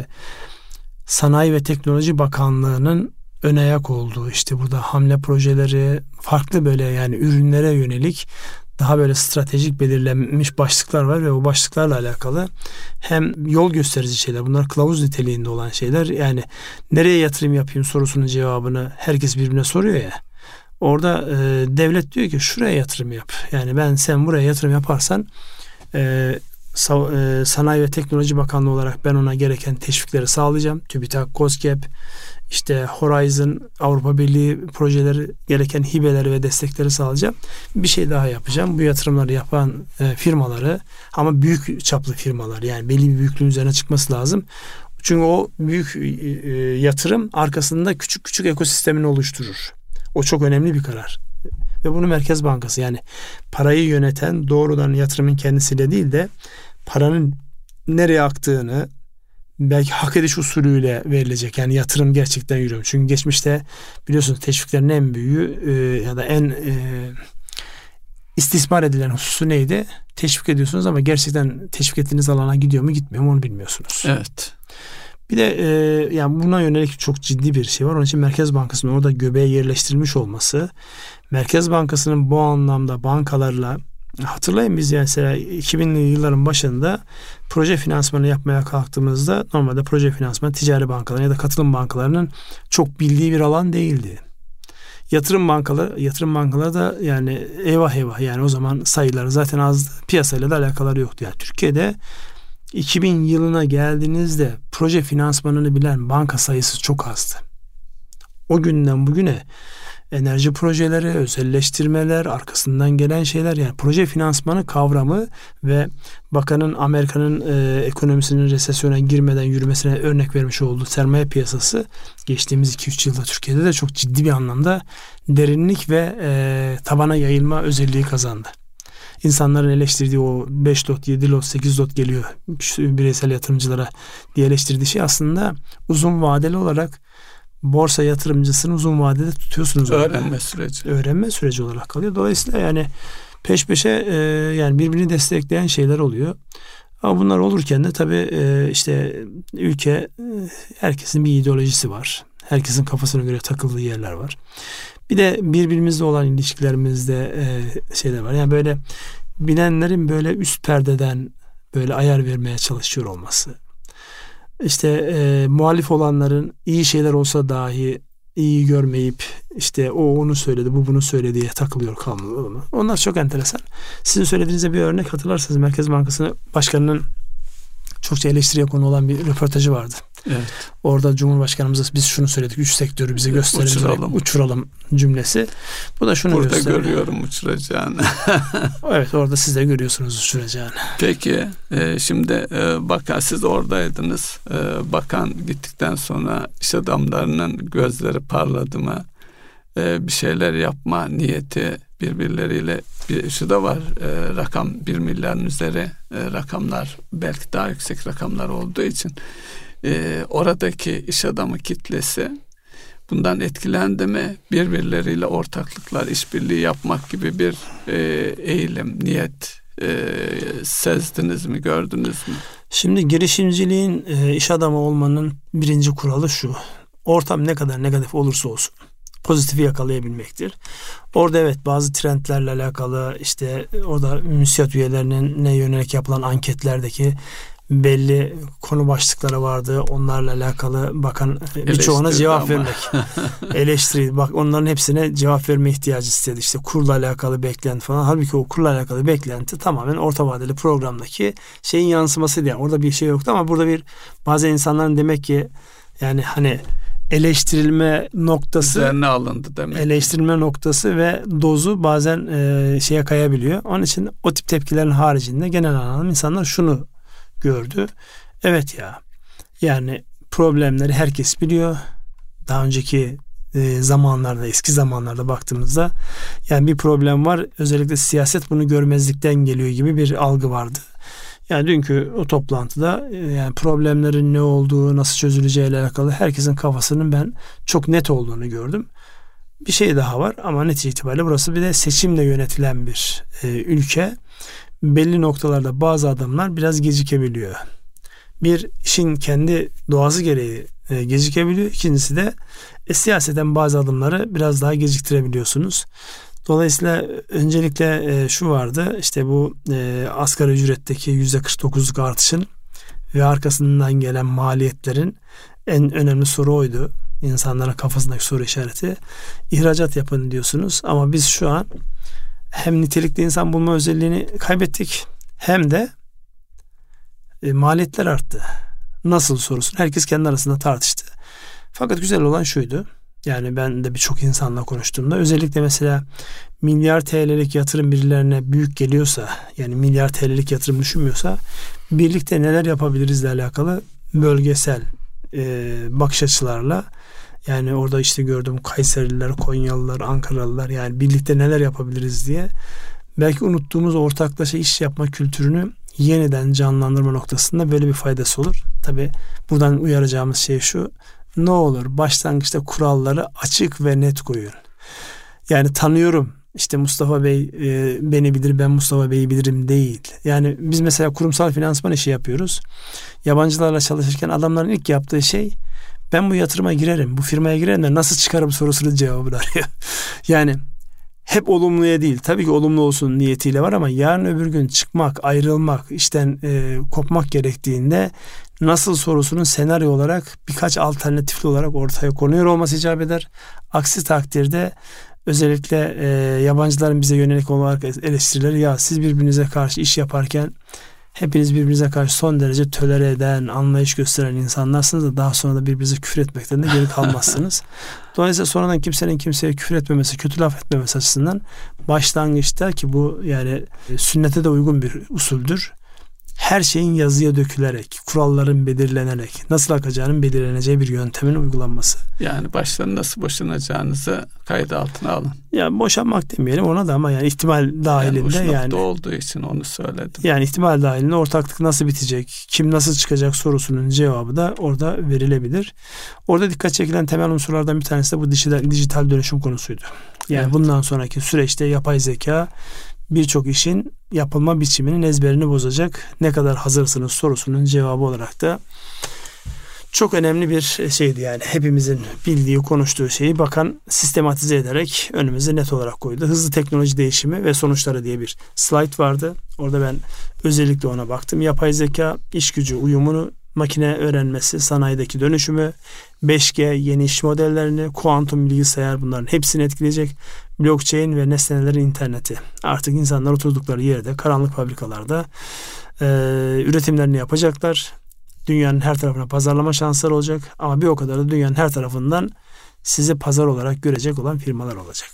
Sanayi ve Teknoloji Bakanlığı'nın ön ayak olduğu işte burada hamle projeleri, farklı böyle yani ürünlere yönelik daha böyle stratejik belirlenmiş başlıklar var ve o başlıklarla alakalı hem yol gösterici şeyler, bunlar kılavuz niteliğinde olan şeyler. Yani nereye yatırım yapayım sorusunun cevabını herkes birbirine soruyor ya. Orada e, devlet diyor ki şuraya yatırım yap. Yani ben sen buraya yatırım yaparsan e, sa, e, Sanayi ve Teknoloji Bakanlığı olarak ben ona gereken teşvikleri sağlayacağım. TÜBİTAK, KOSGEB, işte Horizon, Avrupa Birliği projeleri gereken hibeleri ve destekleri sağlayacağım. Bir şey daha yapacağım. Bu yatırımları yapan e, firmaları ama büyük çaplı firmalar yani belli bir büyüklüğün üzerine çıkması lazım. Çünkü o büyük e, yatırım arkasında küçük küçük ekosistemini oluşturur. O çok önemli bir karar. Ve bunu Merkez Bankası yani parayı yöneten doğrudan yatırımın kendisiyle değil de paranın nereye aktığını belki hak ediş usulüyle verilecek. Yani yatırım gerçekten yürüyor. Çünkü geçmişte biliyorsunuz teşviklerin en büyüğü e, ya da en e, istismar edilen hususu neydi? Teşvik ediyorsunuz ama gerçekten teşvik ettiğiniz alana gidiyor mu gitmiyor mu onu bilmiyorsunuz. Evet. Bir de e, yani buna yönelik çok ciddi bir şey var. Onun için Merkez Bankası'nın orada göbeğe yerleştirilmiş olması, Merkez Bankası'nın bu anlamda bankalarla, hatırlayın biz yani mesela iki binli yılların başında proje finansmanı yapmaya kalktığımızda normalde proje finansmanı ticari bankaların ya da katılım bankalarının çok bildiği bir alan değildi. Yatırım bankaları, yatırım bankaları da yani eyvah eyvah yani o zaman sayıları zaten azdı. Piyasayla da alakaları yoktu. Yani Türkiye'de iki bin yılına geldiğinizde proje finansmanını bilen banka sayısı çok azdı. O günden bugüne enerji projeleri, özelleştirmeler, arkasından gelen şeyler yani proje finansmanı kavramı ve bakanın Amerika'nın e, ekonomisinin resesyona girmeden yürümesine örnek vermiş olduğu sermaye piyasası geçtiğimiz iki üç yılda Türkiye'de de çok ciddi bir anlamda derinlik ve e, tabana yayılma özelliği kazandı. İnsanların eleştirdiği o beş lot, yedi lot, sekiz lot geliyor bireysel yatırımcılara diye eleştirdiği şey aslında uzun vadeli olarak borsa yatırımcısını uzun vadede tutuyorsunuz. Öğrenme orada. süreci. Öğrenme süreci olarak kalıyor. Dolayısıyla yani peş peşe e, yani birbirini destekleyen şeyler oluyor. Ama bunlar olurken de tabii e, işte ülke e, herkesin bir ideolojisi var. Herkesin kafasına göre takıldığı yerler var. Bir de birbirimizle olan ilişkilerimizde e, şeyler var. Yani böyle bilenlerin böyle üst perdeden böyle ayar vermeye çalışıyor olması. İşte e, muhalif olanların iyi şeyler olsa dahi iyi görmeyip işte o onu söyledi, bu bunu söyledi diye takılıyor kalmıyor. Onlar çok enteresan. Sizin söylediğinizde bir örnek hatırlarsanız Merkez Bankası Başkanı'nın çokça eleştiriye konu olan bir röportajı vardı. Evet. Orada Cumhurbaşkanımıza biz şunu söyledik, üç sektörü bize gösterelim, uçuralım. uçuralım cümlesi. Bu da şunu Burada gösteriyor. Burada görüyorum uçuracağını. Evet, orada siz de görüyorsunuz uçuracağını. Peki e, şimdi e, bakan siz oradaydınız. E, bakan gittikten sonra iş adamlarının gözleri parladı mı? E, bir şeyler yapma niyeti birbirleriyle bir şu da var. E, rakam bir milyarın üzeri e, rakamlar, belki daha yüksek rakamlar olduğu için e, oradaki iş adamı kitlesi bundan etkilendi mi? Birbirleriyle ortaklıklar, işbirliği yapmak gibi bir e, eğilim, niyet e, sezdiniz mi, gördünüz mü? Şimdi girişimciliğin, e, iş adamı olmanın birinci kuralı şu: ortam ne kadar negatif olursa olsun pozitifi yakalayabilmektir. Orada evet bazı trendlerle alakalı, işte orada müsiyat üyelerinin ne yönelik yapılan anketlerdeki belli konu başlıkları vardı. Onlarla alakalı bakan birçoğuna cevap ama. vermek. Eleştiri. Bak onların hepsine cevap verme ihtiyacı istedi. İşte kurla alakalı beklenti falan. Halbuki o kurla alakalı beklenti tamamen orta vadeli programdaki şeyin yansımasıydı. Yani orada bir şey yoktu ama burada bir bazı insanların demek ki yani hani eleştirilme noktası üzerine alındı demek. Eleştirilme noktası ve dozu bazen e, şeye kayabiliyor. Onun için o tip tepkilerin haricinde genel anlamda insanlar şunu gördü. Evet ya, yani problemleri herkes biliyor. Daha önceki e, zamanlarda, eski zamanlarda baktığımızda yani bir problem var. Özellikle siyaset bunu görmezlikten geliyor gibi bir algı vardı. Yani dünkü o toplantıda yani problemlerin ne olduğu, nasıl çözüleceğiyle alakalı herkesin kafasının ben çok net olduğunu gördüm. Bir şey daha var ama netice itibariyle burası bir de seçimle yönetilen bir e, ülke. Belli noktalarda bazı adımlar biraz gecikebiliyor. Bir, işin kendi doğası gereği e, gecikebiliyor. İkincisi de e, siyaseten bazı adımları biraz daha geciktirebiliyorsunuz. Dolayısıyla öncelikle e, şu vardı, işte bu e, asgari ücretteki yüzde kırk dokuzluk artışın ve arkasından gelen maliyetlerin en önemli soru oydu. İnsanların kafasındaki soru işareti. İhracat yapın diyorsunuz ama biz şu an hem nitelikli insan bulma özelliğini kaybettik hem de e, maliyetler arttı. Nasıl sorusunu herkes kendi arasında tartıştı. Fakat güzel olan şuydu. Yani ben de birçok insanla konuştuğumda özellikle mesela milyar T L'lik yatırım birilerine büyük geliyorsa, yani milyar T L'lik yatırım düşünmüyorsa birlikte neler yapabilirizle alakalı bölgesel e, bakış açılarla, yani orada işte gördüm Kayserililer, Konyalılar, Ankaralılar, yani birlikte neler yapabiliriz diye belki unuttuğumuz ortaklaşa iş yapma kültürünü yeniden canlandırma noktasında böyle bir faydası olur. Tabii buradan uyaracağımız şey şu: ne olur başlangıçta kuralları açık ve net koyun. Yani tanıyorum, işte Mustafa Bey e, beni bilir, ben Mustafa Bey'i bilirim değil. Yani biz mesela kurumsal finansman işi yapıyoruz. Yabancılarla çalışırken adamların ilk yaptığı şey, ben bu yatırıma girerim, bu firmaya girerim de nasıl çıkarım sorusunun cevabını arıyor. Yani hep olumluya değil, tabii ki olumlu olsun niyetiyle var ama yarın öbür gün çıkmak, ayrılmak, işten e, kopmak gerektiğinde nasıl sorusunun senaryo olarak birkaç alternatifli olarak ortaya konuyor olması icap eder. Aksi takdirde özellikle e, yabancıların bize yönelik olarak eleştirileri, ya siz birbirinize karşı iş yaparken hepiniz birbirinize karşı son derece tolere eden, anlayış gösteren insanlarsınız da daha sonra da birbirinize küfür etmekten de geri kalmazsınız. Dolayısıyla sonradan kimsenin kimseye küfür etmemesi, kötü laf etmemesi açısından başlangıçta, ki bu yani sünnete de uygun bir usuldür, her şeyin yazıya dökülerek, kuralların belirlenerek, nasıl akacağının belirleneceği bir yöntemin uygulanması. Yani baştan nasıl boşanacağınızı kayıt altına alın. Ya boşanmak demeyelim ona da ama yani ihtimal dahilinde yani. yani. olduğu için onu söyledim. Yani ihtimal dahilinde ortaklık nasıl bitecek, kim nasıl çıkacak sorusunun cevabı da orada verilebilir. Orada dikkat çekilen temel unsurlardan bir tanesi de bu dijital, dijital dönüşüm konusuydu. Yani evet. Bundan sonraki süreçte yapay zeka birçok işin yapılma biçiminin ezberini bozacak. Ne kadar hazırsınız sorusunun cevabı olarak da çok önemli bir şeydi yani. Hepimizin bildiği, konuştuğu şeyi bakan sistematize ederek önümüze net olarak koydu. Hızlı teknoloji değişimi ve sonuçları diye bir slide vardı. Orada ben özellikle ona baktım. Yapay zeka, iş gücü uyumunu, makine öğrenmesi, sanayideki dönüşümü, beş G, yeni iş modellerini, kuantum bilgisayar bunların hepsini etkileyecek. Blockchain ve nesnelerin interneti. Artık insanlar oturdukları yerde, karanlık fabrikalarda e, üretimlerini yapacaklar. Dünyanın her tarafına pazarlama şansları olacak. Ama bir o kadar da dünyanın her tarafından sizi pazar olarak görecek olan firmalar olacak.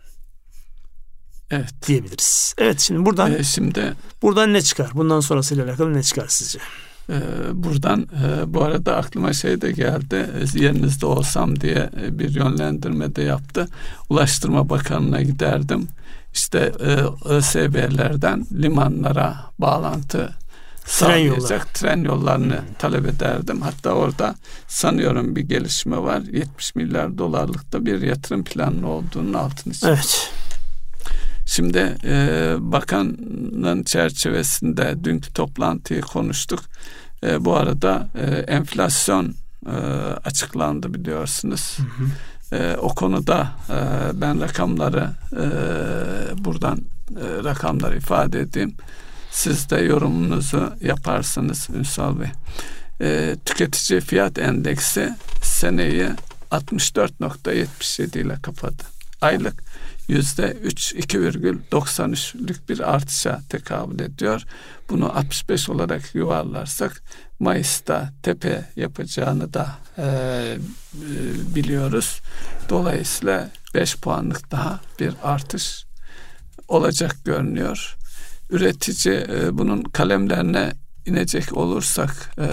Evet. Diyebiliriz. Evet, şimdi buradan ee, şimdi buradan ne çıkar? Bundan sonrasıyla alakalı ne çıkar sizce? Buradan bu arada aklıma şey de geldi, yerinizde olsam diye bir yönlendirme de yaptı. Ulaştırma Bakanlığı'na giderdim. İşte ÖSB'lerden limanlara bağlantı sağlayacak tren, tren yollarını hmm. talep ederdim. Hatta orada sanıyorum bir gelişme var. yetmiş milyar dolarlık da bir yatırım planı olduğunun altını çizdim. Evet. Şimdi e, bakanın çerçevesinde dünkü toplantıyı konuştuk. E, bu arada e, enflasyon e, açıklandı biliyorsunuz. Hı hı. E, o konuda e, ben rakamları e, buradan e, rakamları ifade edeyim. Siz de yorumunuzu yaparsınız Ünsal Bey. E, tüketici fiyat endeksi seneyi altmış dört nokta yetmiş yedi ile kapadı. Aylık yüzde üç iki virgül doksan üçlük bir artışa tekabül ediyor. Bunu altmış beş olarak yuvarlarsak Mayıs'ta tepe yapacağını da e, e, biliyoruz. Dolayısıyla beş puanlık daha bir artış olacak görünüyor. Üretici e, bunun kalemlerine inecek olursak e,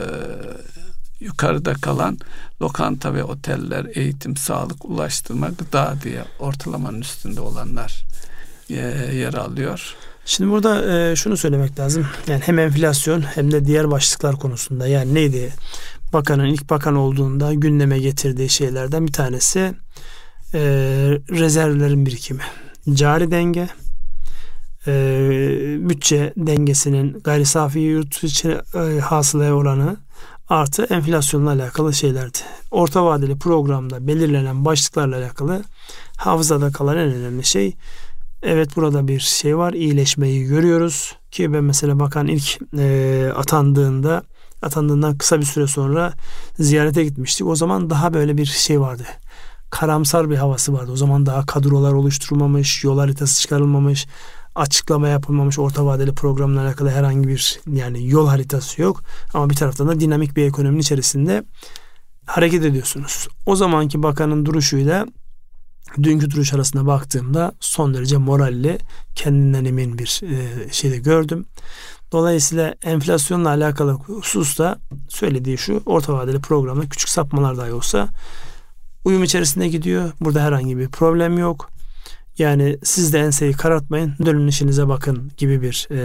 yukarıda kalan lokanta ve oteller, eğitim, sağlık, ulaştırma, gıda diye ortalamanın üstünde olanlar yer alıyor. Şimdi burada e, şunu söylemek lazım. Yani hem enflasyon hem de diğer başlıklar konusunda yani neydi? Bakanın ilk bakan olduğunda gündeme getirdiği şeylerden bir tanesi e, rezervlerin birikimi. Cari denge, e, bütçe dengesinin gayri safi yurt içi e, hasılaya oranı artı enflasyonla alakalı şeylerdi. Orta vadeli programda belirlenen başlıklarla alakalı hafızada kalan en önemli şey, evet burada bir şey var, iyileşmeyi görüyoruz ki ben mesela bakan ilk e, atandığında atandığından kısa bir süre sonra ziyarete gitmiştik. O zaman daha böyle bir şey vardı. Karamsar bir havası vardı. O zaman daha kadrolar oluşturulmamış, yol haritası çıkarılmamış, açıklama yapılmamış, orta vadeli programla alakalı herhangi bir yani yol haritası yok. Ama bir taraftan da dinamik bir ekonominin içerisinde hareket ediyorsunuz. O zamanki bakanın duruşuyla dünkü duruş arasında baktığımda son derece moralli, kendinden emin bir e, şeyde gördüm. Dolayısıyla enflasyonla alakalı hususta söylediği şu: orta vadeli programda küçük sapmalar dahi olsa uyum içerisinde gidiyor. Burada herhangi bir problem yok. Yani siz de enseyi karartmayın, dönün işinize bakın gibi bir e,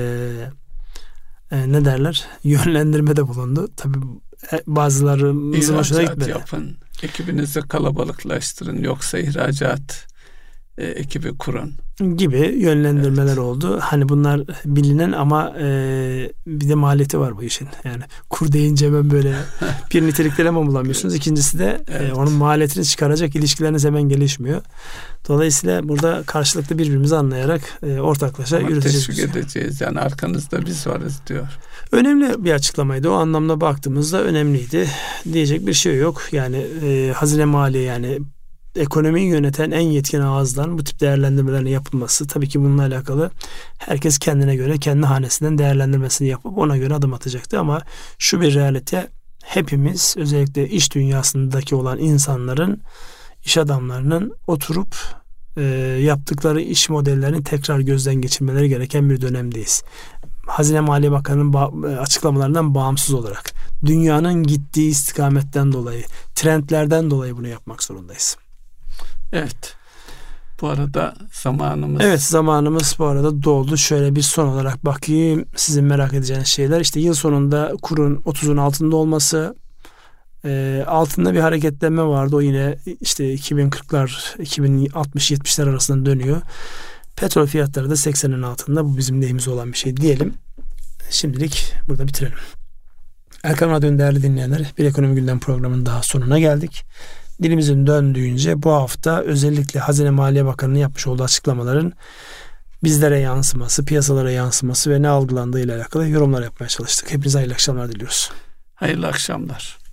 e, ne derler yönlendirmede bulundu. Tabii bazılarımızın hoşuna gitmedi. Yapın, ekibinizi kalabalıklaştırın, yoksa ihracat e, ekibi kurun gibi yönlendirmeler evet. oldu. Hani bunlar bilinen ama e, bir de maliyeti var bu işin. Yani kur deyince ben böyle bir nitelikleme bulamıyorsunuz. İkincisi de evet. e, onun maliyetini çıkaracak ilişkileriniz hemen gelişmiyor. Dolayısıyla burada karşılıklı birbirimizi anlayarak e, ortaklaşa ama yürüteceğiz. Teşvik edeceğiz. Yani arkanızda biz varız diyor. Önemli bir açıklamaydı. O anlamda baktığımızda önemliydi. Diyecek bir şey yok. Yani e, hazine maliye yani ekonomiyi yöneten en yetkin ağızdan bu tip değerlendirmelerin yapılması, tabii ki bununla alakalı herkes kendine göre kendi hanesinden değerlendirmesini yapıp ona göre adım atacaktı. Ama şu bir realite, hepimiz özellikle iş dünyasındaki olan insanların, iş adamlarının oturup e, yaptıkları iş modellerini tekrar gözden geçirmeleri gereken bir dönemdeyiz. Hazine Maliye Bakanı'nın ba- açıklamalarından bağımsız olarak dünyanın gittiği istikametten dolayı, trendlerden dolayı bunu yapmak zorundayız. Evet. Bu arada zamanımız... Evet, zamanımız bu arada doldu. Şöyle bir son olarak bakayım. Sizin merak edeceğiniz şeyler. İşte yıl sonunda kurun otuzun altında olması, e, altında bir hareketlenme vardı. O yine işte iki bin kırklar, iki bin altmış yetmişler arasında dönüyor. Petrol fiyatları da seksenin altında. Bu bizim lehimize olan bir şey diyelim. Şimdilik burada bitirelim. Erkam Radyo'nun değerli dinleyenleri, bir ekonomi gündem programının daha sonuna geldik. Dilimizin döndüğünce bu hafta özellikle Hazine Maliye Bakanı'nın yapmış olduğu açıklamaların bizlere yansıması, piyasalara yansıması ve ne algılandığı ile alakalı yorumlar yapmaya çalıştık. Hepinize hayırlı akşamlar diliyoruz. Hayırlı akşamlar.